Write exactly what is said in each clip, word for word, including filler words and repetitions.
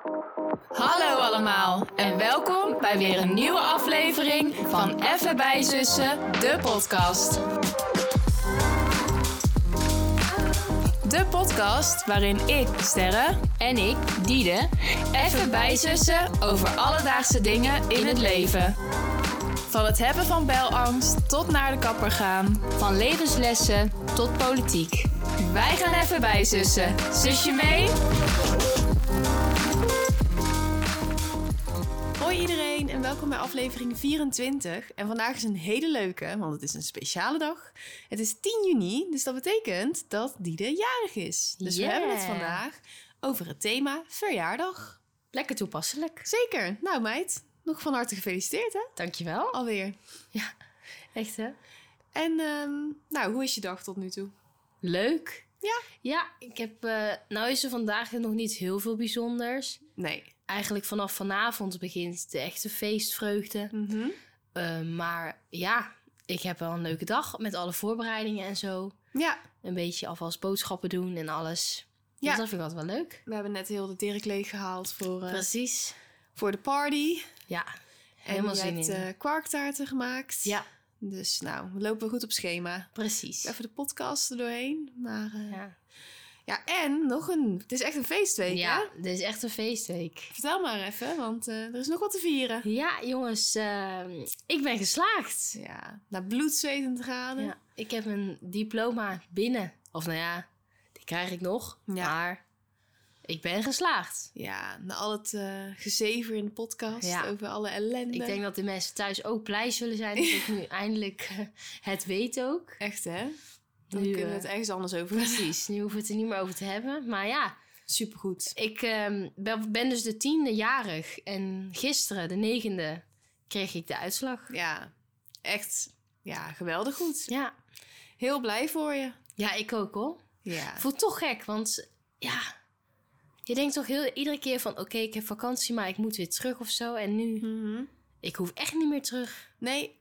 Hallo allemaal en welkom bij weer een nieuwe aflevering van Even bij Zussen, de podcast. De podcast waarin ik, Sterre, En ik, Diede, even bijzussen over alledaagse dingen in het leven. Van het hebben van belangst tot naar de kapper gaan. van levenslessen tot politiek. Wij gaan even bijzussen. Zusje mee? Hoi iedereen en welkom bij aflevering vierentwintig. En vandaag is een hele leuke, want het is een speciale dag. Het is tien juni, dus dat betekent dat Diede jarig is. Dus Yeah. we hebben het vandaag over het thema verjaardag. Lekker toepasselijk. Zeker. Nou meid, nog van harte gefeliciteerd hè? Dankjewel. Alweer. Ja, echt hè? En ehm, nou, hoe is je dag tot nu toe? Leuk. Ja? Ja, ik heb... eh, nou is er vandaag nog niet heel veel bijzonders. Nee. Eigenlijk vanaf vanavond begint de echte feestvreugde. Mhm. Uh, maar ja, ik heb wel een leuke dag met alle voorbereidingen en zo. Ja. Een beetje alvast boodschappen doen en alles. Ja. Dus dat vind ik altijd wel leuk. We hebben net heel de Dirk leeg gehaald voor, uh, Precies. voor de party. Ja, En helemaal je zin hebt in. uh, kwarktaarten gemaakt. Ja, Dus nou, we lopen goed op schema. precies. Even de podcast er doorheen. Maar uh, ja. Ja. ja, en nog een... Het is echt een feestweek, Ja, hè? dit is echt een feestweek. Vertel maar even, want uh, er is nog wat te vieren. Ja, jongens, uh, ik ben geslaagd. Ja, naar bloed, zweet en tranen. Ja, ik heb een diploma binnen. Of nou ja, die krijg ik nog. Ja. Maar ik ben geslaagd. Ja, na al het uh, gezever in de podcast Ja. over alle ellende. Ik denk dat de mensen thuis ook blij zullen zijn dat ik nu eindelijk uh, het weet ook. Echt, hè? Dan Nu, kunnen we uh, het ergens anders over. Precies, nu hoeven we het er niet meer over te hebben. Maar ja, Supergoed. ik uh, ben, ben dus de tiende jarig. En gisteren, de negende, kreeg ik de uitslag. Ja, echt ja, geweldig goed. Ja, Heel blij voor je. ja ik ook hoor. Ja. Voelt toch gek, want ja, je denkt toch heel, iedere keer van... oké, okay, ik heb vakantie, maar ik moet weer terug of zo. En nu, Mm-hmm. ik hoef echt niet meer terug. Nee,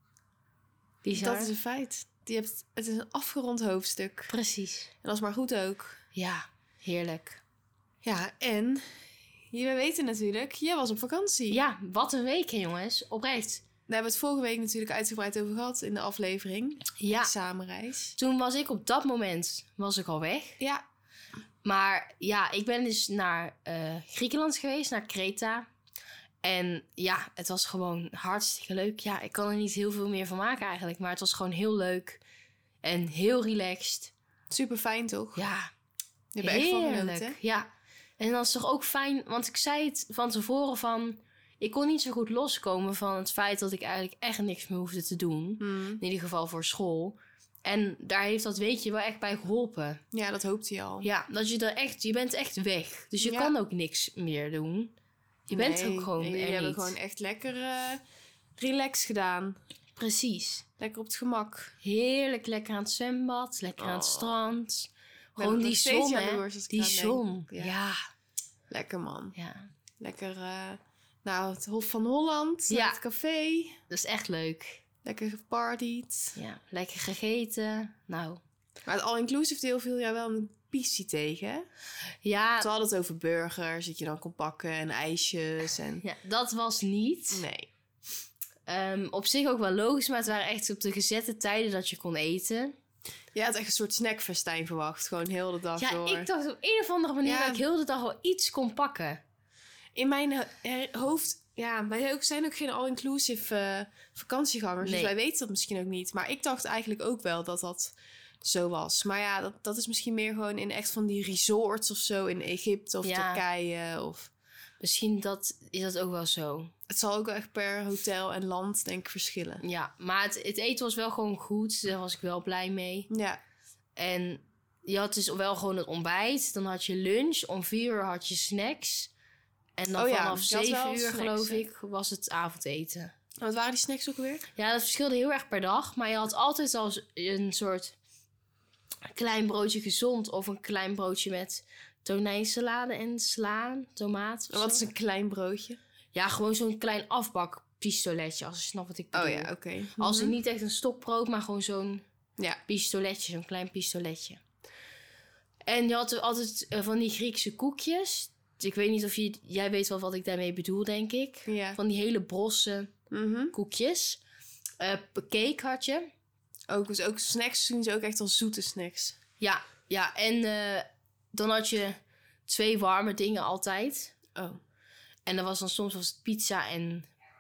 Bizar. dat is een feit. Je hebt, het is een afgerond hoofdstuk. Precies. En dat is maar goed ook. Ja, heerlijk. Ja, en je weten natuurlijk, jij was op vakantie. Ja, wat een week, hè, jongens. Oprecht. Daar hebben we het vorige week natuurlijk uitgebreid over gehad in de aflevering. Ja, Samenreis. toen was ik op dat moment was ik al weg. Ja, Maar ja, ik ben dus naar uh, Griekenland geweest, naar Kreta. En ja, het was gewoon hartstikke leuk. Ja, ik kan er niet heel veel meer van maken eigenlijk. Maar het was gewoon heel leuk. En heel relaxed. super fijn toch? Ja, Je hebt er echt van heerlijk. genoten. Ja, en dan is het toch ook fijn... Want ik zei het van tevoren van... Ik kon niet zo goed loskomen van het feit dat ik eigenlijk echt niks meer hoefde te doen. Hmm. In ieder geval voor school. En daar heeft dat weetje wel echt bij geholpen. Ja, dat hoopte je al. Ja, dat je er echt... Je bent echt weg. Dus je Ja. kan ook niks meer doen. Je bent Nee, ook gewoon en er jullie hebben niet. gewoon echt lekker uh, relaxed gedaan. Precies. Lekker op het gemak. Heerlijk lekker aan het zwembad. Lekker aan het Oh. strand. ben Gewoon nog die steeds zon, jaloers hè. als ik Die eraan denk. zon. Ja. Ja. Lekker man. Ja. Lekker, uh, nou, het Hof van Holland. Ja. Het café. Dat is echt leuk. Lekker gepartied. Ja. Lekker gegeten. Nou. Maar het all-inclusive deel viel jou wel een pissie tegen, hè? Ja, Ze hadden het over burgers, dat je dan kon pakken en ijsjes en... ja, dat was niet. Nee. Um, op zich ook wel logisch, maar het waren echt op de gezette tijden dat je kon eten. Je had echt een soort snackfestijn verwacht, gewoon heel de dag Ja, door. ik dacht op een of andere manier Ja. dat ik heel de dag wel iets kon pakken. In mijn ho- her- hoofd... Ja, wij ook- zijn ook geen all-inclusive uh, vakantiegangers, Nee. dus wij weten dat misschien ook niet. Maar ik dacht eigenlijk ook wel dat dat zo was. Maar ja, dat, dat is misschien meer gewoon in echt van die resorts of zo in Egypte of Ja. Turkije of... Misschien dat, is dat ook wel zo. Het zal ook wel echt per hotel en land, denk ik, verschillen. Ja, maar het, het eten was wel gewoon goed. Daar was ik wel blij mee. Ja, En je had dus wel gewoon het ontbijt. Dan had je lunch. Om vier uur had je snacks. En dan Oh ja, vanaf je had wel zeven uur, snacks, geloof hè? ik, was het avondeten. en wat waren die snacks ook weer? Ja, dat verschilde heel erg per dag. Maar je had altijd al een soort klein broodje gezond... of een klein broodje met tonijnsalade en sla, tomaat. En wat is een klein broodje? Ja, gewoon zo'n klein afbakpistoletje, als je snapt wat ik bedoel. Oh ja, oké. Okay. Als in niet echt een stokbrood, maar gewoon zo'n Ja. pistoletje, zo'n klein pistoletje. En je had altijd uh, van die Griekse koekjes. ik weet niet of je... Jij weet wel wat ik daarmee bedoel, denk ik. Ja. Van die hele brosse Mm-hmm. koekjes. Uh, cake had je. Ook, dus ook snacks zien ze ook echt als zoete snacks. Ja, ja. En uh, dan had je twee warme dingen altijd. Oh. En dan was dan soms was het pizza en...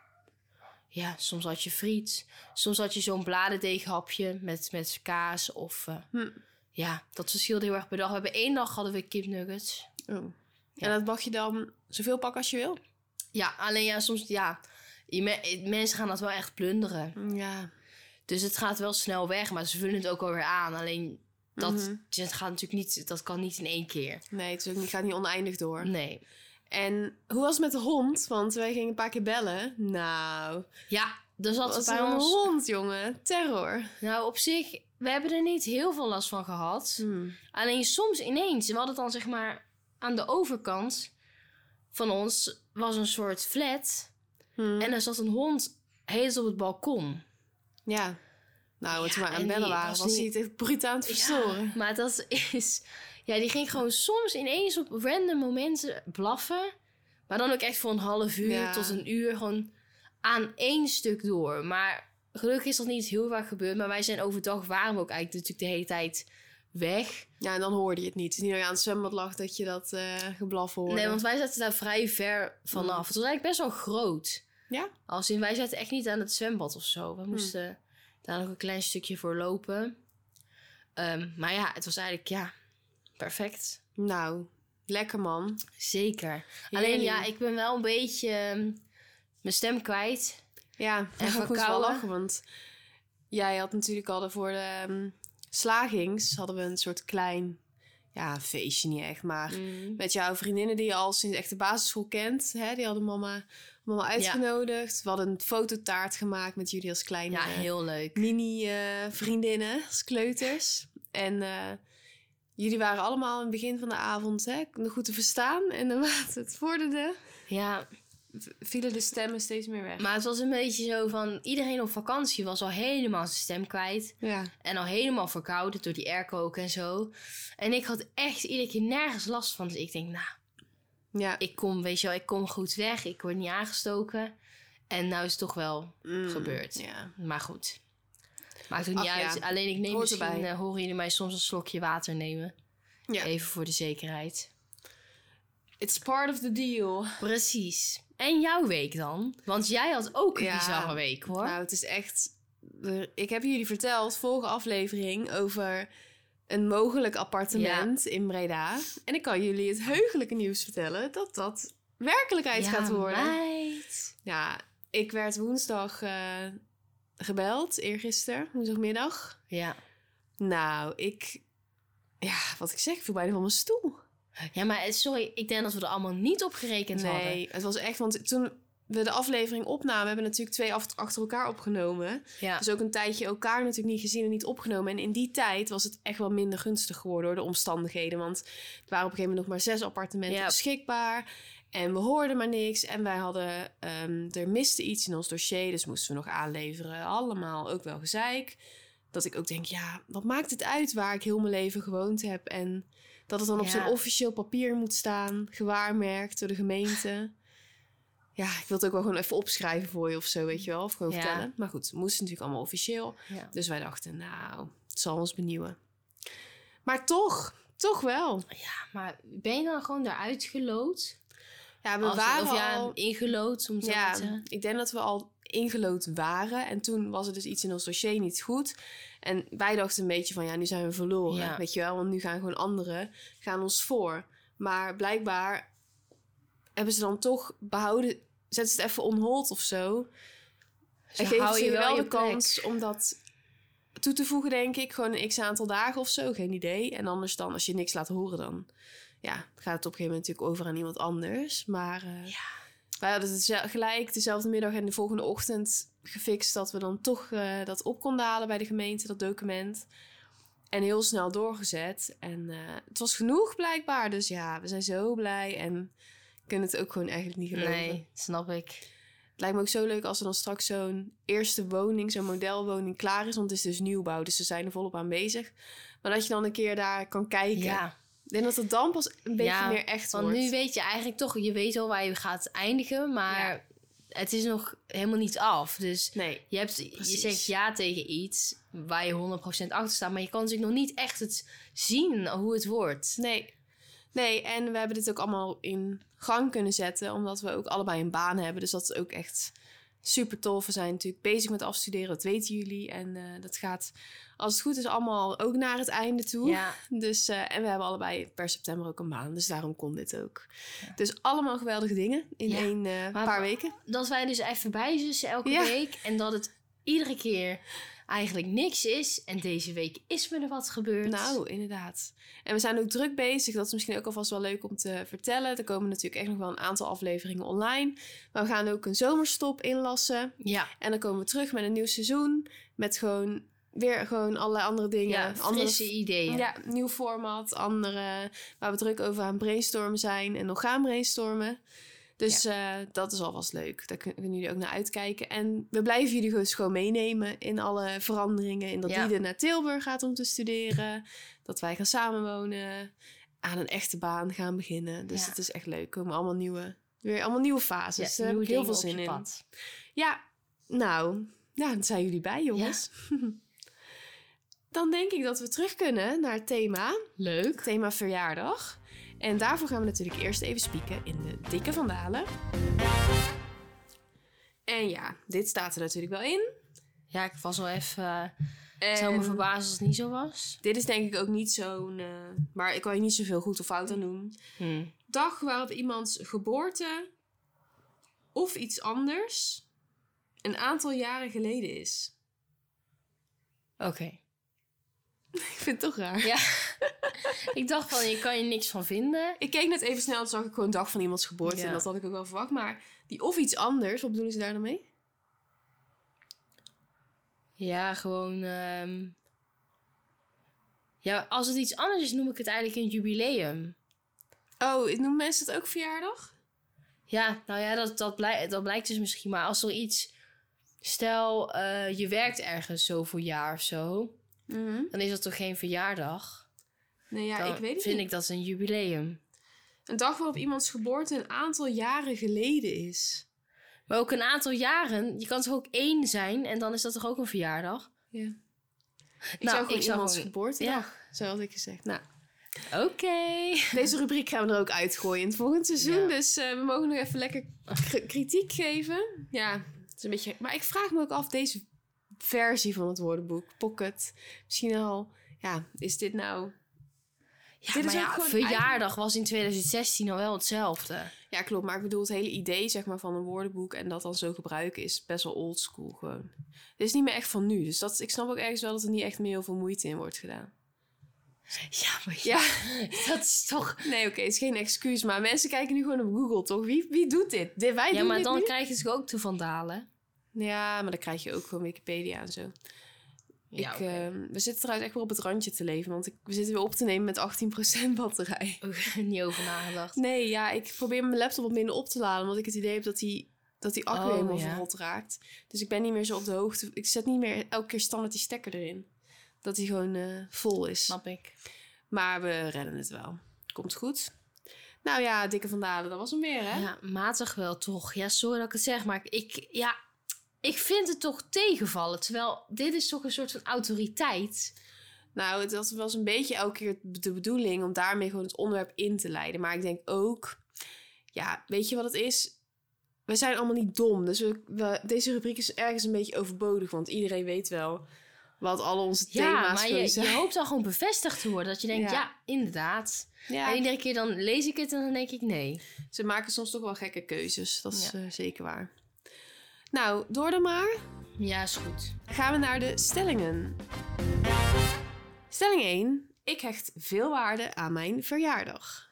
Ja, soms had je friet. Soms had je zo'n bladerdeeghapje met, met kaas of... Uh, hm. Ja, dat verschilde heel erg per dag. We hebben één dag hadden we kipnuggets. Oh. Ja. En dat mag je dan zoveel pakken als je wil? Ja, alleen ja, soms... Ja, je me, mensen gaan dat wel echt plunderen. Ja. Dus het gaat wel snel weg, maar ze vullen het ook alweer aan. Alleen, dat, mm-hmm. het gaat natuurlijk niet... Dat kan niet in één keer. Nee, het is ook niet, gaat niet oneindig door. Nee. En hoe was het met de hond? Want wij gingen een paar keer bellen. Nou... Ja, er zat was bij een ons... hond, jongen. Terror. Nou, op zich... We hebben er niet heel veel last van gehad. Hmm. Alleen soms ineens. We hadden dan zeg maar... Aan de overkant van ons was een soort flat. Hmm. En er zat een hond heet op het balkon. Ja. Nou, wat Ja, we aan en het bellen die waren, was was hij niet- het echt brutaal aan het verstoren. Ja, maar dat is... Ja, die ging gewoon soms ineens op random momenten blaffen. Maar dan ook echt voor een half uur Ja. tot een uur gewoon aan één stuk door. Maar gelukkig is dat niet heel vaak gebeurd. Maar wij zijn overdag, waren we ook eigenlijk natuurlijk de hele tijd weg. Ja, en dan hoorde je het niet. Het is niet dat je aan het zwembad lag dat je dat uh, geblaf hoorde. Nee, want wij zaten daar vrij ver vanaf. Mm. Het was eigenlijk best wel groot. Ja? Als in, wij zaten echt niet aan het zwembad of zo. We moesten daar nog een klein stukje voor lopen. Um, maar ja, het was eigenlijk, ja, perfect. Nou, lekker man. Zeker. Heerlijk. Alleen ja, ik ben wel een beetje um, mijn stem kwijt. Ja, En ik moest wel verkouden. lachen, want jij had natuurlijk al voor de um, slagings hadden we een soort klein, ja, feestje niet echt, maar Mm. met jouw vriendinnen die je al sinds echt de basisschool kent, hè, die hadden mama, mama uitgenodigd. Ja. We hadden een fototaart gemaakt met jullie als kleine Ja, heel leuk. mini-vriendinnen, uh, als kleuters. En uh, jullie waren allemaal in het begin van de avond hè, nog goed te verstaan. En naarmate het vorderde, ja. vielen de stemmen steeds meer weg. Maar het was een beetje zo van... Iedereen op vakantie was al helemaal zijn stem kwijt. Ja. En al helemaal verkouden door die airco ook en zo. En ik had echt iedere keer nergens last van. Dus ik denk, nou... Ja. Ik kom, weet je wel, ik kom goed weg. Ik word niet aangestoken. En nou is het toch wel mm, gebeurd. Ja. Maar goed. Maakt ook niet Ach, uit. ja. Alleen ik neem Hoort misschien... erbij. Uh, horen jullie mij soms een slokje water nemen. Ja. Even voor de zekerheid. It's part of the deal. Precies. En jouw week dan? Want jij had ook een Ja. bizarre week, hoor. Nou, het is echt... Ik heb jullie verteld, vorige aflevering, over een mogelijk appartement ja. in Breda. En ik kan jullie het heugelijke nieuws vertellen dat dat werkelijkheid ja, gaat worden. Meid. Ja, ik werd woensdag uh, gebeld, eergisteren, woensdagmiddag. Ja. Nou, ik... Ja, wat ik zeg, ik viel bijna van mijn stoel. Ja, maar sorry, ik denk dat we er allemaal niet op gerekend nee, hadden. Nee, het was echt... Want toen we de aflevering opnamen, hebben we natuurlijk twee af, achter elkaar opgenomen. Ja. Dus ook een tijdje elkaar natuurlijk niet gezien en niet opgenomen. En in die tijd was het echt wel minder gunstig geworden door de omstandigheden. Want er waren op een gegeven moment nog maar zes appartementen ja. beschikbaar. En we hoorden maar niks. En wij hadden... Um, er miste iets in ons dossier, dus moesten we nog aanleveren. Allemaal ook wel gezeik. Dat ik ook denk, ja, wat maakt het uit waar ik heel mijn leven gewoond heb? En dat het dan op ja. zo'n officieel papier moet staan, gewaarmerkt door de gemeente. Ja, ik wil het ook wel gewoon even opschrijven voor je of zo, weet je wel. Of gewoon ja. vertellen. Maar goed, het moest natuurlijk allemaal officieel. Ja. Dus wij dachten, nou, het zal ons benieuwen. Maar toch, toch wel. Ja, maar ben je dan gewoon eruit gelood? Ja, we Als, waren of ja, al... ingelood, om zo ja, te zeggen. ik denk dat we al ingelood waren. En toen was er dus iets in ons dossier niet goed. En wij dachten een beetje van, ja, nu zijn we verloren. Ja. Weet je wel, want nu gaan gewoon anderen gaan ons voor. Maar blijkbaar hebben ze dan toch behouden... Zetten ze het even on hold of zo. Ze en geven houden ze je je wel je de plek. kans om dat toe te voegen, denk ik. Gewoon een x-aantal dagen of zo, geen idee. En anders dan, als je niks laat horen, dan... Ja, gaat het op een gegeven moment natuurlijk over aan iemand anders. Maar uh, Ja. wij hadden het zel- gelijk dezelfde middag en de volgende ochtend gefixt... dat we dan toch uh, dat op konden halen bij de gemeente, dat document. En heel snel doorgezet. En uh, het was genoeg blijkbaar. Dus ja, we zijn zo blij en kunnen het ook gewoon eigenlijk niet geloven. Nee, snap ik. Het lijkt me ook zo leuk als er dan straks zo'n eerste woning, zo'n modelwoning klaar is. Want het is dus nieuwbouw, dus ze zijn er volop aan bezig. Maar dat je dan een keer daar kan kijken. Ja. Ik denk dat het dan pas een beetje Ja, meer echt Want wordt. nu weet je eigenlijk toch, je weet al waar je gaat eindigen, maar Ja. het is nog helemaal niet af. Dus Nee, je, hebt, je Precies. zegt ja tegen iets waar je honderd procent achter staat, maar je kan natuurlijk nog niet echt het zien hoe het wordt. nee. Nee, en we hebben dit ook allemaal in gang kunnen zetten, omdat we ook allebei een baan hebben. Dus dat is ook echt super tof. We zijn natuurlijk bezig met afstuderen, dat weten jullie. En eh, dat gaat, als het goed is, allemaal ook naar het einde toe. Ja, Dus, eh, en we hebben allebei per september ook een baan. Dus daarom kon dit ook. Ja. Dus allemaal geweldige dingen in Ja. één eh, Maar- paar weken. dat wij dus even bijzussen elke Ja. week en dat het iedere keer eigenlijk niks is. En deze week is me er wat gebeurd. Nou, inderdaad. En we zijn ook druk bezig. Dat is misschien ook alvast wel leuk om te vertellen. Er komen natuurlijk echt nog wel een aantal afleveringen online. Maar we gaan ook een zomerstop inlassen. Ja, En dan komen we terug met een nieuw seizoen. Met gewoon weer gewoon allerlei andere dingen. ja andere, frisse ideeën. ja, nieuw format. Andere waar we druk over aan brainstormen zijn. En nog gaan brainstormen. Dus eh, dat is alvast leuk. Daar kun- kunnen jullie ook naar uitkijken. En we blijven jullie dus gewoon meenemen in alle veranderingen. In dat Ja. Liede naar Tilburg gaat om te studeren. Dat wij gaan samenwonen. Aan een echte baan gaan beginnen. Dus Ja. het is echt leuk. Er komen allemaal nieuwe, weer allemaal nieuwe fases. Ja, Daar heb nieuwe ik heel dingen veel op zin je in. pad. Ja, nou, ja, dan zijn jullie bij, jongens. Dan denk ik dat we terug kunnen naar het thema. Leuk. Thema verjaardag. En daarvoor gaan we natuurlijk eerst even spieken in de dikke vandalen. En ja, dit staat er natuurlijk wel in. Ja, ik was wel even... uh, En zou me verbazen als het niet zo was. dit is denk ik ook niet zo'n... eh, maar ik kan je niet zoveel goed of fout aan doen. Hm. Dag waarop iemands geboorte of iets anders een aantal jaren geleden is. Oké. Ik vind het toch raar. Ja. Ik dacht van, je kan je niks van vinden. Ik keek net even snel en zag ik gewoon dag van iemands geboorte. Ja. En dat had ik ook wel verwacht. Maar die of iets anders, wat bedoelen ze daar dan mee? Ja, gewoon... ehm, Ja, als het iets anders is, noem ik het eigenlijk een jubileum. Oh, noemen mensen het ook verjaardag? Ja, nou ja, dat, dat, blijk, dat blijkt dus misschien. Maar als er iets... Stel, eh, je werkt ergens zoveel jaar of zo. Dan is dat toch geen verjaardag? Nee, ja, Dan ik weet het vind niet. ik dat een jubileum. Een dag waarop iemands geboorte een aantal jaren geleden is. Maar ook een aantal jaren. Je kan toch ook één zijn en dan is dat toch ook een verjaardag? Ja. Ik Nou, zou gewoon ik zou iemands gewoon- geboortedag, zo had ik gezegd. Nou, Oké. deze rubriek gaan we er ook uitgooien in het volgende seizoen. Ja. Dus eh, we mogen nog even lekker k- kritiek geven. Ja, het is een beetje... Maar ik vraag me ook af, deze versie van het woordenboek, Pocket, misschien al... Ja, is dit nou... Ja, Dit is maar ook ja, gewoon verjaardag was in twintig zestien al wel hetzelfde. Ja, klopt. Maar ik bedoel, het hele idee zeg maar, van een woordenboek en dat dan zo gebruiken is best wel oldschool gewoon. Dit is niet meer echt van nu. Dus dat, ik snap ook ergens wel dat er niet echt meer heel veel moeite in wordt gedaan. Ja, maar Ja, dat is toch... nee, oké, het is geen excuus. Maar mensen kijken nu gewoon op Google, toch? Wie, wie doet dit? dit wij Ja, doen maar dit dan nu? krijg je dus ook te vandalen. Ja, maar dan krijg je ook gewoon Wikipedia en zo. Ja, ik, oké. ehm, we zitten trouwens echt wel op het randje te leven. Want ik, we zitten weer op te nemen met achttien procent batterij. Ook niet over nagedacht. Nee, ja, ik probeer mijn laptop wat minder op te laden. Omdat ik het idee heb dat die, dat die accu Oh, helemaal ja. verrot raakt. Dus ik ben niet meer zo op de hoogte. Ik zet niet meer elke keer standaard die stekker erin. Dat die gewoon eh, vol is. Snap ik. Maar we redden het wel. Komt goed. Nou ja, dikke vandalen, dat was hem weer, hè? Ja, matig wel toch. Ja, sorry dat ik het zeg, maar ik, ja, ik vind het toch tegenvallen. Terwijl dit is toch een soort van autoriteit. Nou, dat was een beetje elke keer de bedoeling om daarmee gewoon het onderwerp in te leiden. Maar ik denk ook, ja, weet je wat het is? We zijn allemaal niet dom. Dus we, we- deze rubriek is ergens een beetje overbodig. Want iedereen weet wel wat al onze Ja, thema's maar gewoon je, zijn. je hoopt dan gewoon bevestigd te worden. Dat je denkt, Ja. ja, inderdaad. Ja, En iedere keer dan lees ik het en dan denk ik, nee. ze maken soms toch wel gekke keuzes. Dat is Ja. eh, zeker waar. Nou, door dan maar. Ja, is goed. Gaan we naar de stellingen. Stelling één. Ik hecht veel waarde aan mijn verjaardag.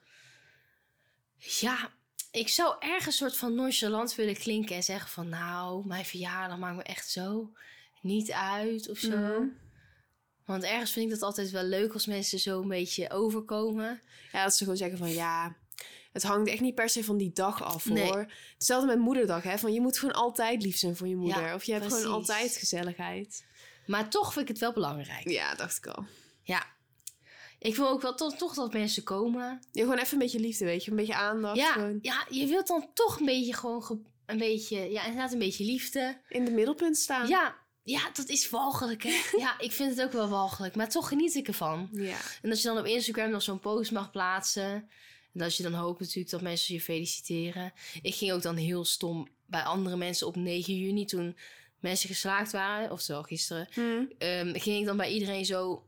Ja, ik zou ergens soort van nonchalant willen klinken en zeggen van... nou, mijn verjaardag maakt me echt zo niet uit of zo. Mhm. Want ergens vind ik dat altijd wel leuk als mensen zo een beetje overkomen. Ja, dat ze gewoon zeggen van ja, het hangt echt niet per se van die dag af Nee. hoor. Hetzelfde met moederdag, hè. Van je moet gewoon altijd lief zijn voor je moeder. Ja, of je hebt precies. gewoon altijd gezelligheid. Maar toch vind ik het wel belangrijk. Ja, dacht ik al. Ja. Ik wil ook wel toch, toch dat mensen komen. Ja, gewoon even een beetje liefde, weet je. Een beetje aandacht. Ja, Gewoon ja, je wilt dan toch een beetje gewoon... Ge- een beetje, ja, inderdaad een beetje liefde. in de middelpunt staan. Ja, ja, dat is walgelijk, hè. Ja, ik vind het ook wel walgelijk. Maar toch geniet ik ervan. Ja. En als je dan op Instagram nog zo'n post mag plaatsen... en dat je dan hoopt natuurlijk dat mensen je feliciteren. Ik ging ook dan heel stom bij andere mensen op negen juni... toen mensen geslaagd waren, oftewel gisteren... Hm. Um, ging ik dan bij iedereen zo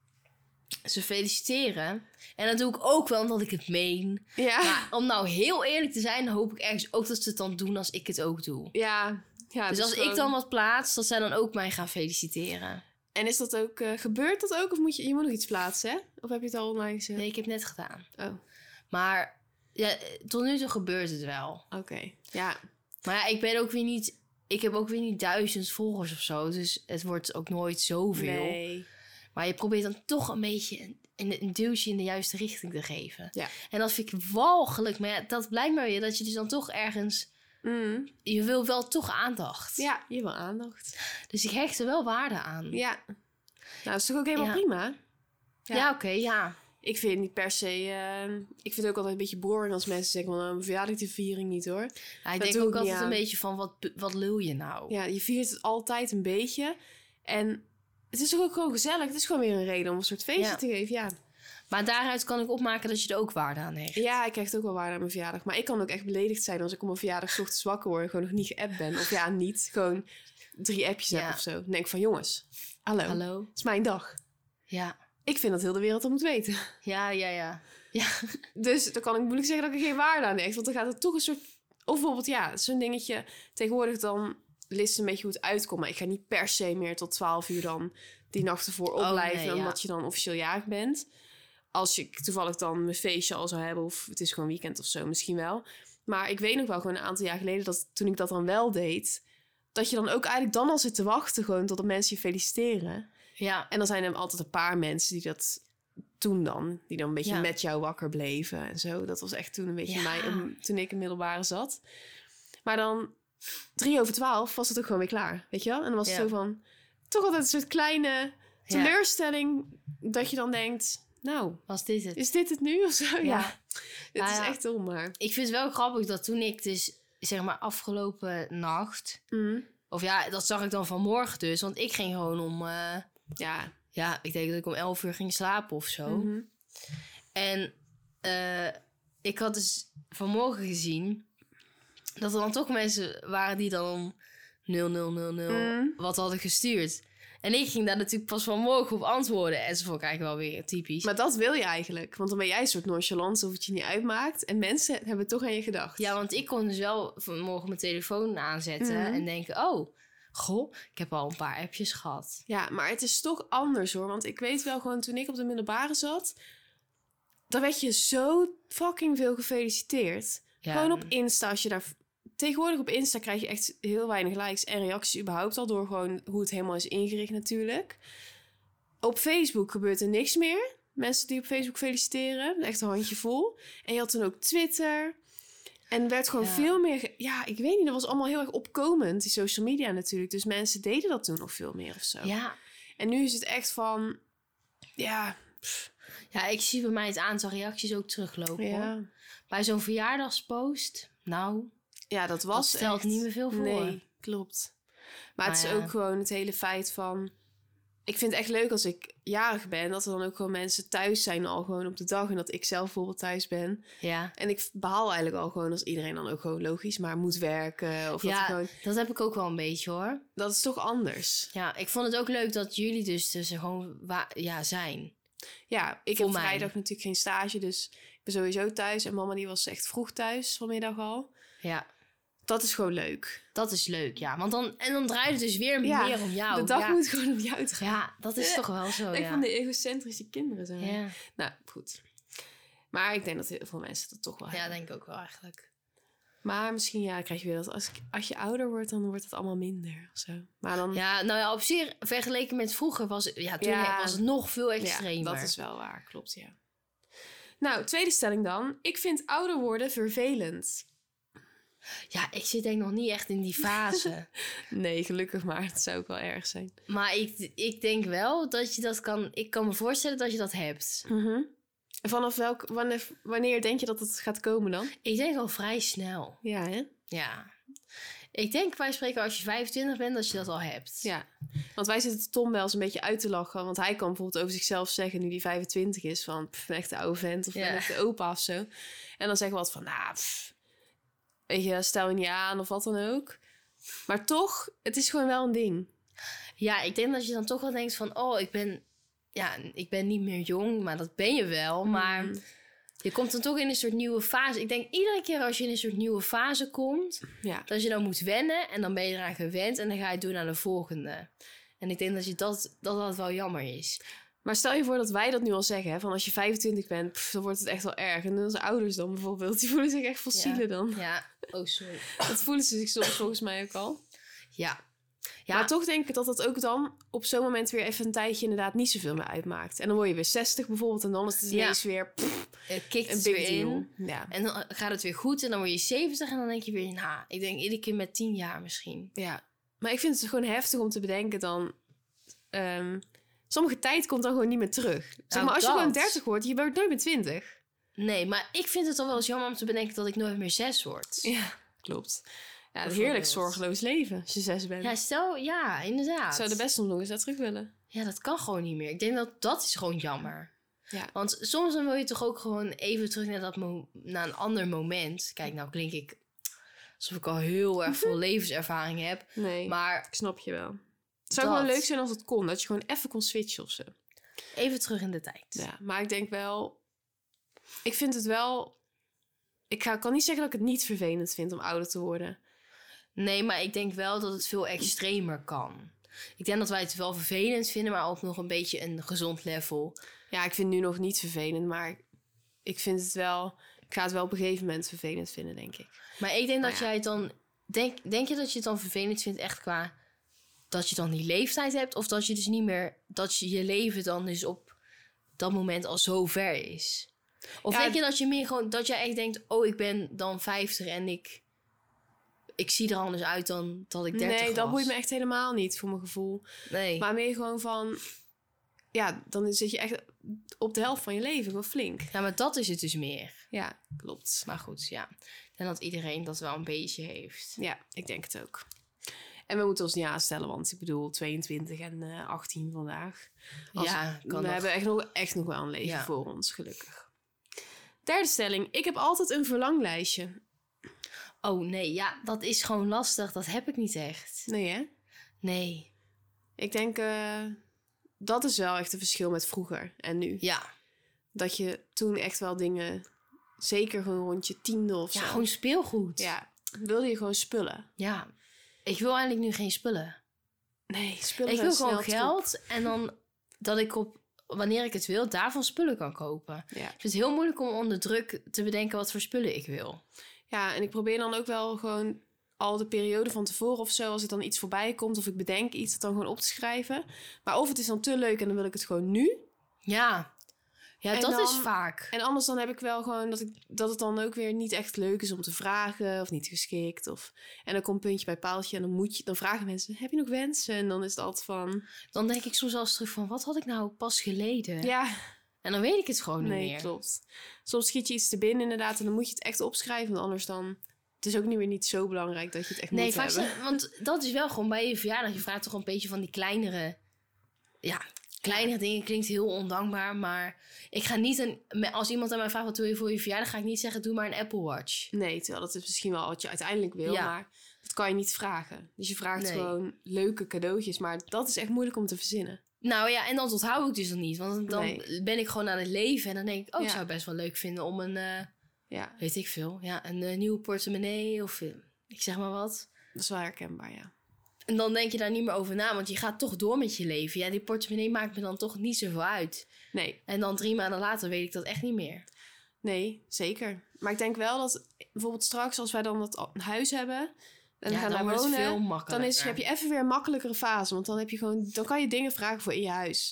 ze feliciteren. En dat doe ik ook wel omdat ik het meen. Ja. Maar om nou heel eerlijk te zijn... hoop ik ergens ook dat ze het dan doen als ik het ook doe. Ja. ja Dus het als is ik gewoon- dan wat plaats... dat zij dan ook mij gaan feliciteren. En is dat ook... eh, gebeurt dat ook? Of moet je... Je moet nog iets plaatsen, hè? Of heb je het al online gezet? Nee, ik heb het net gedaan. Oh, Maar ja, tot nu toe gebeurt het wel. oké. Ja. Maar ja, ik ben ook weer niet... Ik heb ook weer niet duizend volgers of zo. Dus het wordt ook nooit zoveel. Nee. Maar je probeert dan toch een beetje een, een, een duwtje in de juiste richting te geven. Ja. En dat vind ik walgelijk. Maar ja, dat blijkt maar weer dat je dus dan toch ergens... Mm. Je wil wel toch aandacht. Ja, je wil aandacht. Dus ik hecht er wel waarde aan. Ja. Nou, dat is toch ook helemaal Ja. prima? Ja, Ja. oké, ja. Ik vind het niet per se... eh, ik vind het ook altijd een beetje boring als mensen zeggen... van nou, mijn verjaardagviering niet, hoor. ja ik Dat denk doe ook ik niet altijd een aan. beetje van, wat, wat lul je nou? Ja, je viert het altijd een beetje. En het is toch ook gewoon gezellig. Het is gewoon weer een reden om een soort feestje Ja. te geven, ja. Maar daaruit kan ik opmaken dat je er ook waarde aan hecht. Ja, ik krijg het ook wel waarde aan mijn verjaardag. Maar ik kan ook echt beledigd zijn als ik op mijn verjaardag 's ochtends wakker word... en gewoon nog niet geappt ben. Of ja, niet. Gewoon drie appjes Ja. heb of zo. Dan denk ik van, jongens, hallo, Hallo? het is mijn dag. Ja. Ik vind dat heel de wereld dat moet weten. Ja, ja, ja. Ja. Dus dan kan ik moeilijk zeggen dat ik er geen waarde aan hecht. Want dan gaat het toch een soort... Of bijvoorbeeld, ja, zo'n dingetje... Tegenwoordig dan list een beetje hoe het uitkomt. Maar ik ga niet per se meer tot twaalf uur dan die nacht ervoor Oh, opblijven. nee, ja. Omdat je dan officieel jarig bent. Als ik toevallig dan mijn feestje al zou hebben... of het is gewoon weekend of zo, misschien wel. Maar ik weet nog wel gewoon een aantal jaar geleden... dat toen ik dat dan wel deed... dat je dan ook eigenlijk dan al zit te wachten... gewoon totdat mensen je feliciteren. Ja. En dan zijn er altijd een paar mensen die dat toen dan... die dan een beetje Ja. met jou wakker bleven en zo. Dat was echt toen een beetje Ja. mij... um, toen ik in middelbare zat. Maar dan drie over twaalf was het ook gewoon weer klaar, weet je wel? En dan was het Ja. zo van... toch altijd een soort kleine teleurstelling... dat je dan denkt... nou, Was dit het? is dit het nu of zo? Ja, dit Nou is ja. echt dom, maar... Ik vind het wel grappig dat toen ik dus, zeg maar, afgelopen nacht... Mm. Of ja, dat zag ik dan vanmorgen dus. Want ik ging gewoon om... eh, Ja. ja, ik denk dat ik om elf uur ging slapen of zo. Mhm. En eh, ik had dus vanmorgen gezien... dat er dan toch mensen waren die dan om nul nul nul nul Mm. wat hadden gestuurd. En ik ging daar natuurlijk pas vanmorgen op antwoorden. En ze vond ik eigenlijk wel weer typisch. Maar dat wil je eigenlijk. Want dan ben jij een soort nonchalant of het je niet uitmaakt. En mensen hebben toch aan je gedacht. Ja, want ik kon dus wel vanmorgen mijn telefoon aanzetten... Mhm. en denken, oh, goh, ik heb al een paar appjes gehad. Ja, maar het is toch anders hoor. Want ik weet wel gewoon toen ik op de middelbare zat... dan werd je zo fucking veel gefeliciteerd. Ja. Gewoon op Insta. Als je daar... Tegenwoordig op Insta krijg je echt heel weinig likes en reacties überhaupt al... door gewoon hoe het helemaal is ingericht natuurlijk. Op Facebook gebeurt er niks meer. Mensen die op Facebook feliciteren. Echt een handje vol. En je had toen ook Twitter. En er werd gewoon Ja. veel meer... ge- Ja, ik weet niet. Dat was allemaal heel erg opkomend. Die social media natuurlijk. Dus mensen deden dat toen nog veel meer of zo. Ja. En nu is het echt van... Ja, ja, ik zie bij mij het aantal reacties ook teruglopen. Hoor. ja. Bij zo'n verjaardagspost, nou, ja dat was dat stelt echt... niet meer veel voor. Nee, klopt. Maar het is Maar ja. ook gewoon het hele feit van... Ik vind het echt leuk als ik jarig ben... dat er dan ook gewoon mensen thuis zijn al gewoon op de dag... en dat ik zelf bijvoorbeeld thuis ben. Ja, En ik behaal eigenlijk al gewoon als iedereen dan ook gewoon logisch... maar moet werken of dat ja gewoon... dat heb ik ook wel een beetje hoor. Dat is toch anders. Ja, ik vond het ook leuk dat jullie dus, dus gewoon wa- ja, zijn. Ja, ik Voor heb mij. vrijdag natuurlijk geen stage... dus ik ben sowieso thuis. En mama die was echt vroeg thuis vanmiddag al. Ja, Dat is gewoon leuk. dat is leuk, ja. Want dan, en dan draait het dus weer Ja, meer om jou. De dag ja. moet gewoon om jou te gaan. Ja, dat is toch wel zo, Ik ja. van die egocentrische kinderen zijn. Ja. Nou, goed. Maar ik denk dat heel veel mensen dat toch wel Ja, hebben. denk ik ook wel eigenlijk. Maar misschien ja, krijg je weer dat als, als je ouder wordt, dan wordt het allemaal minder of zo. Maar dan... Ja, nou ja, op zich, vergeleken met vroeger was het, ja, toen Ja. was het nog veel Ja, extremer. dat is wel waar, klopt, ja. Nou, tweede stelling dan. Ik vind ouder worden vervelend. Ja, ik zit denk ik nog niet echt in die fase. Nee, gelukkig maar. Het zou ook wel erg zijn. Maar ik, ik denk wel dat je dat kan... Ik kan me voorstellen dat je dat hebt. Mm-hmm. En vanaf welk... Wanneer, wanneer denk je dat het gaat komen dan? Ik denk al vrij snel. Ja, hè? Ja. Ik denk, wij spreken als je vijfentwintig bent, dat je dat al hebt. Ja. Want wij zitten Tom wel eens een beetje uit te lachen. Want hij kan bijvoorbeeld over zichzelf zeggen, nu hij vijfentwintig is, van... Pff, ben echt de oude vent of Ja. ben echt de opa of zo. En dan zeggen we wat van, nou... Pff, weet je, stel je niet aan of wat dan ook. Maar toch, het is gewoon wel een ding. Ja, ik denk dat je dan toch wel denkt van... Oh, ik ben... Ja, ik ben niet meer jong, maar dat ben je wel. Maar Mm. je komt dan toch in een soort nieuwe fase. Ik denk iedere keer als je in een soort nieuwe fase komt... Ja. dat je dan moet wennen en dan ben je eraan gewend... en dan ga je doen aan de volgende. En ik denk dat je dat, dat, dat wel jammer is. Maar stel je voor dat wij dat nu al zeggen, hè, van als je vijfentwintig bent, pff, dan wordt het echt wel erg. En onze ouders dan bijvoorbeeld, die voelen zich echt fossielen Ja. dan. Ja, oh sorry. Dat voelen ze zich soms volgens mij ook al. Ja. Ja, Maar toch denk ik dat dat ook dan op zo'n moment weer even een tijdje inderdaad niet zoveel meer uitmaakt. En dan word je weer zestig bijvoorbeeld en dan is het Ja. ineens weer pff, het kikt een het big weer deal. in. Ja. En dan gaat het weer goed en dan word je zeventig en dan denk je weer... Nou, ik denk iedere keer met tien jaar misschien. ja. Maar ik vind het gewoon heftig om te bedenken dan... ehm, sommige tijd komt dan gewoon niet meer terug. Zeg Nou, maar als je dat. gewoon dertig wordt, je wordt nooit meer twintig. Nee, maar ik vind het al wel eens jammer om te bedenken dat ik nooit meer zes word. Ja, klopt. Ja, een Bijvoorbeeld. heerlijk zorgeloos leven als je zes bent. Ja, stel, ja, inderdaad. Ik zou de best nog eens naar terug willen. Ja, dat kan gewoon niet meer. Ik denk dat dat is gewoon jammer. Ja. Want soms dan wil je toch ook gewoon even terug naar, dat mo- naar een ander moment. Kijk, nou klink ik alsof ik al heel erg veel levenservaring heb. Nee, Maar ik snap je wel. Het zou Dat. gewoon leuk zijn als het kon. Dat je gewoon even kon switchen of zo. even terug in de tijd. Ja, maar ik denk wel... Ik vind het wel... Ik ga, kan niet zeggen dat ik het niet vervelend vind om ouder te worden. Nee, maar ik denk wel dat het veel extremer kan. Ik denk dat wij het wel vervelend vinden, maar op nog een beetje een gezond level. Ja, ik vind het nu nog niet vervelend, maar ik vind het wel... Ik ga het wel op een gegeven moment vervelend vinden, denk ik. Maar ik denk Maar dat ja. jij het dan... Denk, denk je dat je het dan vervelend vindt echt qua... dat je dan die leeftijd hebt? Of dat je dus niet meer... dat je je leven dan dus op dat moment al zo ver is? Of Ja, denk je dat je meer gewoon... dat jij echt denkt... oh, ik ben dan vijftig en ik... ik zie er anders uit dan dat ik dertig Nee, was. dat boeit me echt helemaal niet, voor mijn gevoel. Nee. Maar meer gewoon van... Ja, dan zit je echt op de helft van je leven, gewoon flink. Ja, maar dat is het dus meer. Ja, klopt. Maar goed, ja. En dat iedereen dat wel een beetje heeft. Ja, ik denk het ook. En we moeten ons niet aanstellen, want ik bedoel tweeëntwintig en eh, achttien vandaag. Als- ja, kan we nog. hebben echt nog, echt nog wel een leven Ja. voor ons, gelukkig. Derde stelling. Ik heb altijd een verlanglijstje. Oh nee, ja, dat is gewoon lastig. Dat heb ik niet echt. Nee, hè? Nee. Ik denk, eh, dat is wel echt een verschil met vroeger en nu. Ja. Dat je toen echt wel dingen, zeker gewoon rond je tiende of Ja, zo. gewoon speelgoed. Ja, wilde je gewoon spullen. Ja. Ik wil eigenlijk nu geen spullen. Nee, spullen Ik zijn wil gewoon snel geld en dan dat ik op, wanneer ik het wil, daarvan spullen kan kopen. troep. Ja. Ik vind het heel moeilijk om onder druk te bedenken wat voor spullen ik wil. Ja, en ik probeer dan ook wel gewoon al de periode van tevoren of zo, als er dan iets voorbij komt of ik bedenk iets, het dan gewoon op te schrijven. Maar of het is dan te leuk en dan wil ik het gewoon nu. Ja. Ja, En dat dan- is vaak. En anders dan heb ik wel gewoon dat, ik, dat het dan ook weer niet echt leuk is om te vragen of niet geschikt. Of, en dan komt puntje bij paaltje en dan, moet je, dan vragen mensen, heb je nog wensen? En dan is het altijd van, Dan denk ik soms wel eens terug van, wat had ik nou pas geleden? ja, En dan weet ik het gewoon niet nee, meer. klopt. Soms schiet je iets te binnen inderdaad en dan moet je het echt opschrijven. Want anders dan, het is ook niet meer niet zo belangrijk dat je het echt Nee, moet vaak hebben. zijn- want dat is wel gewoon bij je verjaardag. Je vraagt toch een beetje van die kleinere... Ja, kleinere dingen klinkt heel ondankbaar. Maar ik ga niet... Een, als iemand aan mij vraagt wat wil je voor je verjaardag... ga ik niet zeggen, doe maar een Apple Watch. Nee, terwijl dat is misschien wel wat je uiteindelijk wil, Ja. maar dat kan je niet vragen. Dus je vraagt Nee. gewoon leuke cadeautjes, maar dat is echt moeilijk om te verzinnen. Nou ja, en dat onthoud ik dus dan niet. Want dan Nee. ben ik gewoon aan het leven. En dan denk ik, oh, ik Ja. zou het best wel leuk vinden om een... eh, Ja, weet ik veel. Ja, een eh, nieuwe portemonnee of... eh, ik zeg maar wat. dat is wel herkenbaar, ja. En dan denk je daar niet meer over na. Want je gaat toch door met je leven. Ja, die portemonnee maakt me dan toch niet zoveel uit. Nee, En dan drie maanden later weet ik dat echt niet meer. nee, zeker. Maar ik denk wel dat bijvoorbeeld straks als wij dan dat huis hebben en Ja, gaan dan daar wordt het wonen, veel dan makkelijker. is, heb je even weer een makkelijkere fase. Want dan heb je gewoon, dan kan je dingen vragen voor in je huis.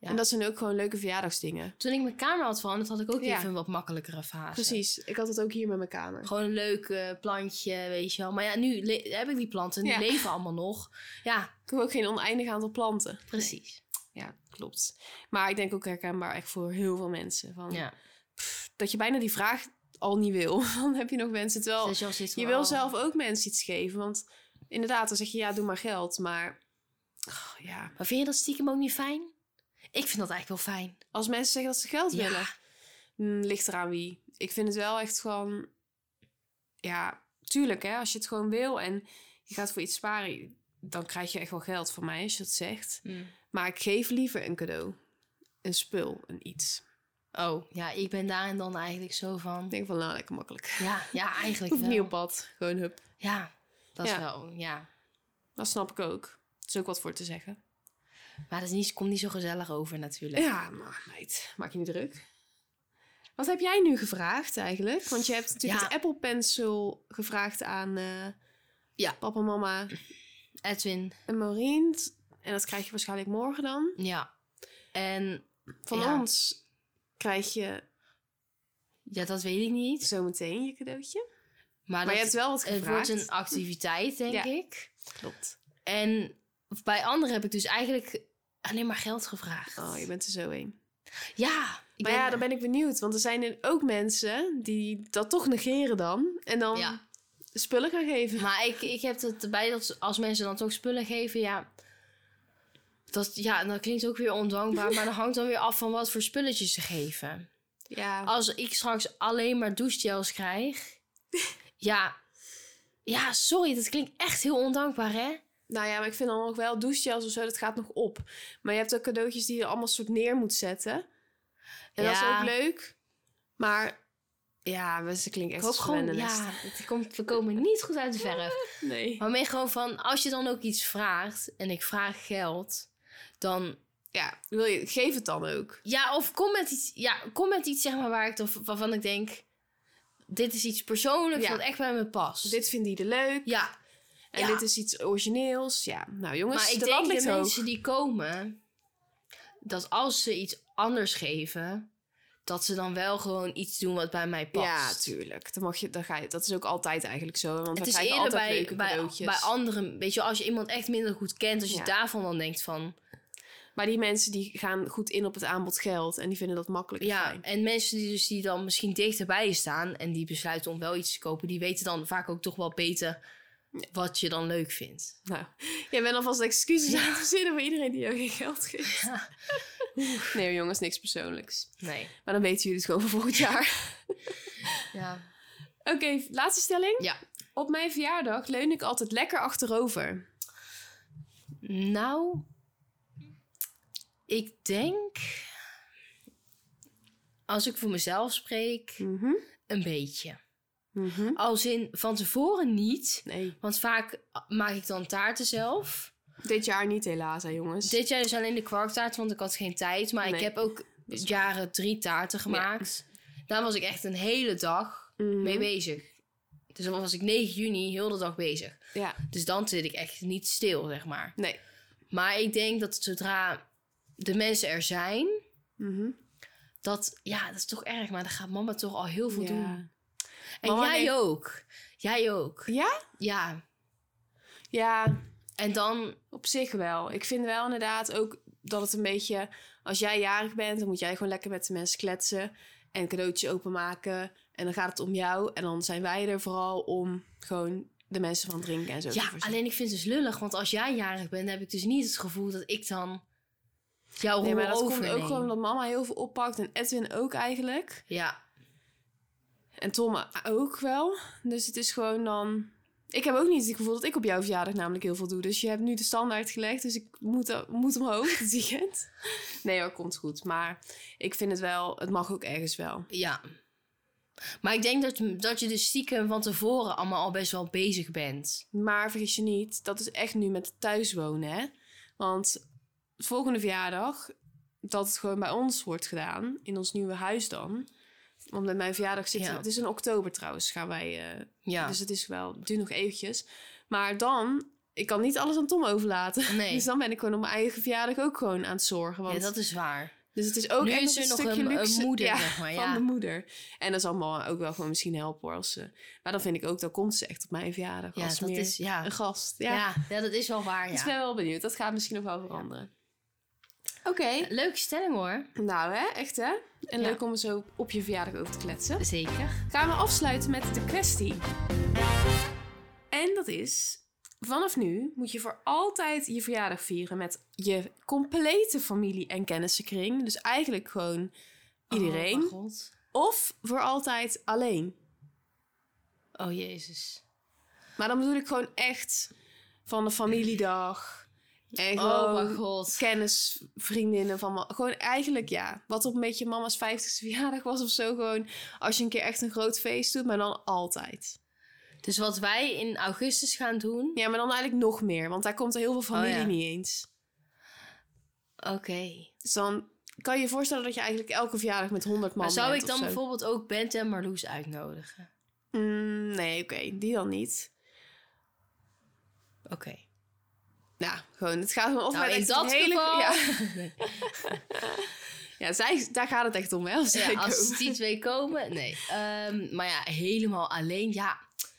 Ja. En dat zijn ook gewoon leuke verjaardagsdingen. Toen ik mijn kamer had veranderd, had ik ook Ja. even een wat makkelijkere fase. Precies. Ik had het ook hier met mijn kamer. Gewoon een leuk eh, plantje, weet je wel. Maar ja, nu le- heb ik die planten en die Ja. leven allemaal nog. Ja, Ik heb ook geen oneindig aantal planten. precies. Ja, klopt. Maar ik denk ook herkenbaar echt voor heel veel mensen. Van, Ja. dat je bijna die vraag al niet wil. Dan heb je nog mensen. Terwijl Dus je, al zit je van, wil oh, zelf ook mensen iets geven. Want inderdaad, dan zeg je ja, doe maar geld. Maar oh, ja, Maar vind je dat stiekem ook niet fijn? Ik vind dat eigenlijk wel fijn. als mensen zeggen dat ze geld Ja. willen, mm, ligt eraan wie. Ik vind het wel echt gewoon... Ja, tuurlijk hè. Als je het gewoon wil en je gaat voor iets sparen... dan krijg je echt wel geld van mij als je dat zegt. Mm. Maar ik geef liever een cadeau. Een spul, een iets. Oh, ja, ik ben daarin dan eigenlijk zo van... Ik denk van, nou, lekker makkelijk. Ja, ja Ik eigenlijk hoef wel. niet op pad. Gewoon hup. Ja, dat is Ja. wel, ja. Dat snap ik ook. Er is ook wat voor te zeggen. Maar dat is niet, komt niet zo gezellig over natuurlijk. Ja, maar meid, maak je niet druk. Wat heb jij nu gevraagd eigenlijk? Want je hebt natuurlijk Ja. het Apple Pencil gevraagd aan eh, Ja. papa, mama Edwin, en Maureen. En dat krijg je waarschijnlijk morgen dan. ja. En Van Ja. ons krijg je ja, dat weet ik niet. zometeen je cadeautje. Maar, Maar, dat, je hebt wel wat het gevraagd. wordt een activiteit, denk Ja. ik. Klopt. En bij anderen heb ik dus eigenlijk alleen maar geld gevraagd. Oh, je bent er zo een. Ja. Ik Maar ben- ja, dan ben ik benieuwd. Want er zijn er ook mensen die dat toch negeren dan. En dan Ja. spullen gaan geven. Maar ik, ik heb het erbij dat als mensen dan toch spullen geven, ja... Dat, ja, dat klinkt ook weer ondankbaar, maar dat hangt dan weer af van wat voor spulletjes ze geven. Ja, Als ik straks alleen maar douchegels krijg... ja, ja, sorry, dat klinkt echt heel ondankbaar, hè? nou ja, maar ik vind dan ook wel douchegels of zo, dat gaat nog op. Maar je hebt ook cadeautjes die je allemaal soort neer moet zetten. En dat is Ja. ook leuk. Maar ja, we- ze klinken Ik echt hoop als gewoon, verwende ja, nesten. het komt, we komen niet goed uit de verf. Nee. Maar meer gewoon van, als je dan ook iets vraagt en ik vraag geld, dan... Ja, wil je, geef het dan ook. Ja, of kom met iets, ja, kom met iets zeg maar waar ik dan, waarvan ik denk, dit is iets persoonlijks Ja. wat echt bij me past. Dit vinden die leuk. Ja, En ja. dit is iets origineels. Ja, nou jongens, maar ik de denk lat de ligt hoog. mensen die komen, dat als ze iets anders geven, dat ze dan wel gewoon iets doen wat bij mij past. Ja, tuurlijk. Dan mag je, dan ga je, dat is ook altijd eigenlijk zo. Want Het we is krijgen eerder altijd bij, leuke bij, cadeautjes. bij anderen, weet je, als je iemand echt minder goed kent, als je Ja. daarvan dan denkt van, Maar die mensen die gaan goed in op het aanbod geld. En die vinden dat makkelijk en ja, fijn. en mensen die dus die dan misschien dichterbij je staan en die besluiten om wel iets te kopen, die weten dan vaak ook toch wel beter wat je dan leuk vindt. Nou, jij bent alvast excuses aan het verzinnen voor iedereen die jou geen geld geeft. Ja. Nee jongens, niks persoonlijks. Nee. Maar dan weten jullie het gewoon voor volgend jaar. Ja. Oké, laatste stelling. Ja. Op mijn verjaardag leun ik altijd lekker achterover. Nou, ik denk, als ik voor mezelf spreek, Mhm. een beetje. Mhm. Als in van tevoren niet, Nee, want vaak maak ik dan taarten zelf. dit jaar niet helaas hè jongens. Dit jaar dus alleen de kwarktaart, want ik had geen tijd. Maar Nee. ik heb ook jaren drie taarten gemaakt. Daar was ik echt een hele dag Mhm. mee bezig. Dus dan was ik negen juni heel de dag bezig. Ja, Dus dan zit ik echt niet stil, zeg maar. nee. Maar ik denk dat zodra de mensen er zijn, Mhm. dat, ja, dat is toch erg. Maar dan gaat mama toch al heel veel Ja. doen. En Mama jij neemt- ook. Jij ook. Ja? Ja. Ja, En dan, op zich wel. Ik vind wel inderdaad ook dat het een beetje... Als jij jarig bent, dan moet jij gewoon lekker met de mensen kletsen. En cadeautjes openmaken. En dan gaat het om jou. En dan zijn wij er vooral om gewoon de mensen van drinken en zo te ja, voorzien. alleen ik vind het dus lullig. Want als jij jarig bent, heb ik dus niet het gevoel dat ik dan jouw Nee, rol maar dat komt overneem. ook gewoon omdat mama heel veel oppakt. En Edwin ook eigenlijk. Ja. En Tom ook wel. Dus het is gewoon dan... Ik heb ook niet het gevoel dat ik op jouw verjaardag namelijk heel veel doe. Dus je hebt nu de standaard gelegd. Dus ik moet, moet omhoog dit weekend. Nee hoor, komt goed. Maar ik vind het wel... Het mag ook ergens wel. Ja. Maar ik denk dat, dat je dus stiekem van tevoren allemaal al best wel bezig bent. Maar vergis je niet, dat is echt nu met thuiswonen, hè? Want volgende verjaardag, dat het gewoon bij ons wordt gedaan. In ons nieuwe huis dan. Want met mijn verjaardag zit... Ja. Het is in oktober trouwens, gaan wij... eh, Ja. Dus het is wel... Het duurt nog eventjes. Maar dan ik kan niet alles aan Tom overlaten. Nee. Dus dan ben ik gewoon op mijn eigen verjaardag ook gewoon aan het zorgen. Want... Ja, dat is waar. Dus het is ook nu echt is er een nog stukje een, luxe een moeder, ja, zeg maar. van Ja. de moeder. En dat is allemaal ook wel gewoon misschien helpen hoor. Als ze... Maar dan vind ik ook, dan komt ze echt op mijn verjaardag. Ja, als dat meer is, ja. een gast. Ja. Ja. Ja, dat is wel waar, Dus ik ja. ben wel benieuwd. Dat gaat misschien nog wel veranderen. Oké. Okay. Leuke stelling hoor. Nou hè, echt hè. En Ja. leuk om er zo op je verjaardag over te kletsen. Zeker. Gaan we afsluiten met de kwestie. En dat is... Vanaf nu moet je voor altijd je verjaardag vieren met je complete familie en kennissenkring. Dus eigenlijk gewoon iedereen. Oh, mijn god. Of voor altijd alleen. Oh, jezus. Maar dan bedoel ik gewoon echt van de familiedag. En Oh, gewoon mijn god. kennis, vriendinnen van... ma- Gewoon eigenlijk, ja, wat op een beetje mama's vijftigste verjaardag was of zo. Gewoon als je een keer echt een groot feest doet, maar dan altijd. Dus wat wij in augustus gaan doen... Ja, maar dan eigenlijk nog meer. Want daar komt er heel veel familie Oh, ja. niet eens. Oké. Okay. Dus dan kan je je voorstellen dat je eigenlijk elke verjaardag met honderd man Maar zou bent ik dan of zo. bijvoorbeeld ook Bent en Marloes uitnodigen? Mm, nee, oké. Okay, die dan niet. Oké. Okay. Nou, gewoon, het gaat gewoon of Nou, met in echt dat een hele... geval... Ja, ja zij, daar gaat het echt om, hè? Als, Ja, zij als komen. die twee komen, nee. Um, maar ja, helemaal alleen, ja.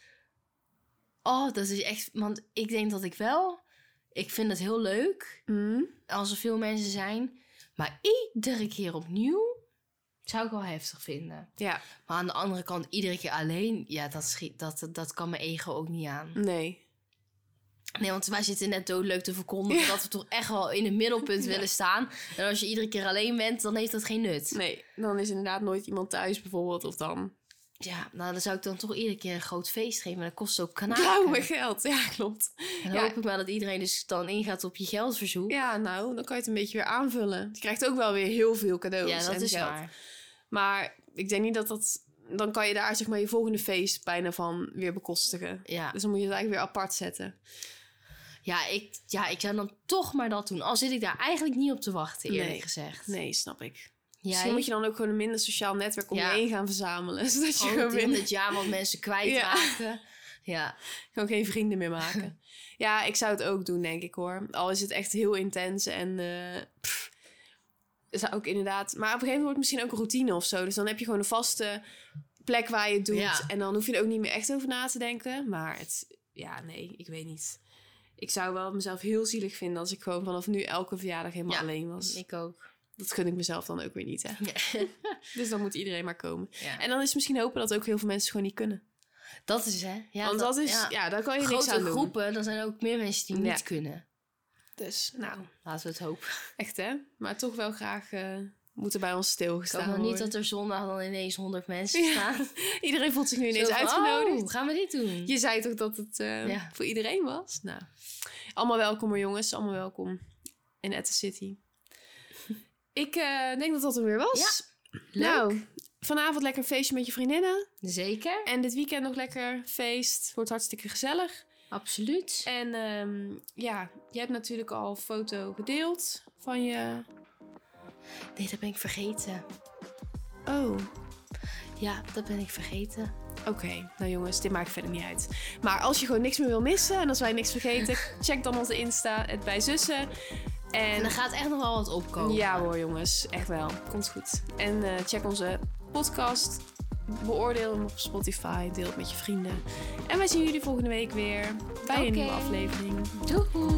Oh, dat is echt... Want ik denk dat ik wel... Ik vind het heel leuk Mm. als er veel mensen zijn. Maar iedere keer opnieuw zou ik wel heftig vinden. Ja, Maar aan de andere kant, iedere keer alleen... Ja, dat, schiet, dat, dat kan mijn ego ook niet aan. nee. Nee, want wij zitten net doodleuk te verkondigen... Ja. dat we toch echt wel in het middelpunt Ja. willen staan. En als je iedere keer alleen bent, dan heeft dat geen nut. Nee, dan is inderdaad nooit iemand thuis bijvoorbeeld. Of dan... Ja, nou, dan zou ik dan toch iedere keer een groot feest geven. Maar dat kost ook kanaken. Blauw met geld, ja, klopt. En dan Ja. hoop ik maar dat iedereen dus dan ingaat op je geldverzoek. Ja, nou, dan kan je het een beetje weer aanvullen. Je krijgt ook wel weer heel veel cadeaus Ja, dat en is geld. waar. Maar ik denk niet dat dat... Dan kan je daar zeg maar je volgende feest bijna van weer bekostigen. Ja. Dus dan moet je het eigenlijk weer apart zetten. Ja, ik, ja, ik zou dan toch maar dat doen. Al zit ik daar eigenlijk niet op te wachten, eerlijk Nee. gezegd. Nee, snap ik. Jij? Misschien moet je dan ook gewoon een minder sociaal netwerk om Ja. je heen gaan verzamelen. Zodat je Oh, gewoon, in minder, het jaar wat mensen kwijtraken. Ja. gewoon geen vrienden meer maken. Ja, ik zou het ook doen, denk ik hoor. Al is het echt heel intens en... Uh, pff, zou ook inderdaad... Maar op een gegeven moment wordt het misschien ook een routine of zo. Dus dan heb je gewoon een vaste plek waar je het doet. Ja. En dan hoef je er ook niet meer echt over na te denken. Maar het... Ja, nee, ik weet niet. Ik zou wel mezelf heel zielig vinden als ik gewoon vanaf nu elke verjaardag helemaal Ja, alleen was. Ik ook. Dat gun ik mezelf dan ook weer niet, hè. Ja. Dus dan moet iedereen maar komen. Ja. En dan is misschien hopen dat ook heel veel mensen gewoon niet kunnen. Dat is, hè. Ja, Want dat, is... Ja, ja. daar kan je niks Grote aan doen. groepen, dan zijn er ook meer mensen die Ja. niet kunnen. Dus, nou, Laten we het hopen. echt hè. Maar toch wel graag uh, moeten bij ons Ik stilgestaan hoop nog niet worden. dat er zondag dan ineens honderd mensen Ja. staan. Iedereen voelt zich nu ineens Zo van, uitgenodigd. Oh, gaan we dit doen? Je zei toch dat het uh, Ja. voor iedereen was? Nou, allemaal welkom hoor jongens. Allemaal welkom in At The City. Ik uh, denk dat dat er weer was. Ja, nou, vanavond lekker een feestje met je vriendinnen. Zeker. En dit weekend nog lekker feest. Wordt hartstikke gezellig. Absoluut. En um, ja, je hebt natuurlijk al een foto gedeeld van je... Nee, dat ben ik vergeten. Oh, Ja, dat ben ik vergeten. oké. Okay. Nou jongens, dit maakt verder niet uit. Maar als je gewoon niks meer wil missen en als wij niks vergeten, check dan onze Insta, het bij zussen. En, En er gaat echt nog wel wat opkomen. ja hoor jongens, echt wel. Komt goed. En uh, check onze podcast. Beoordeel hem op Spotify. Deel het met je vrienden. En wij zien jullie volgende week weer bij Oké. een nieuwe aflevering. Doei.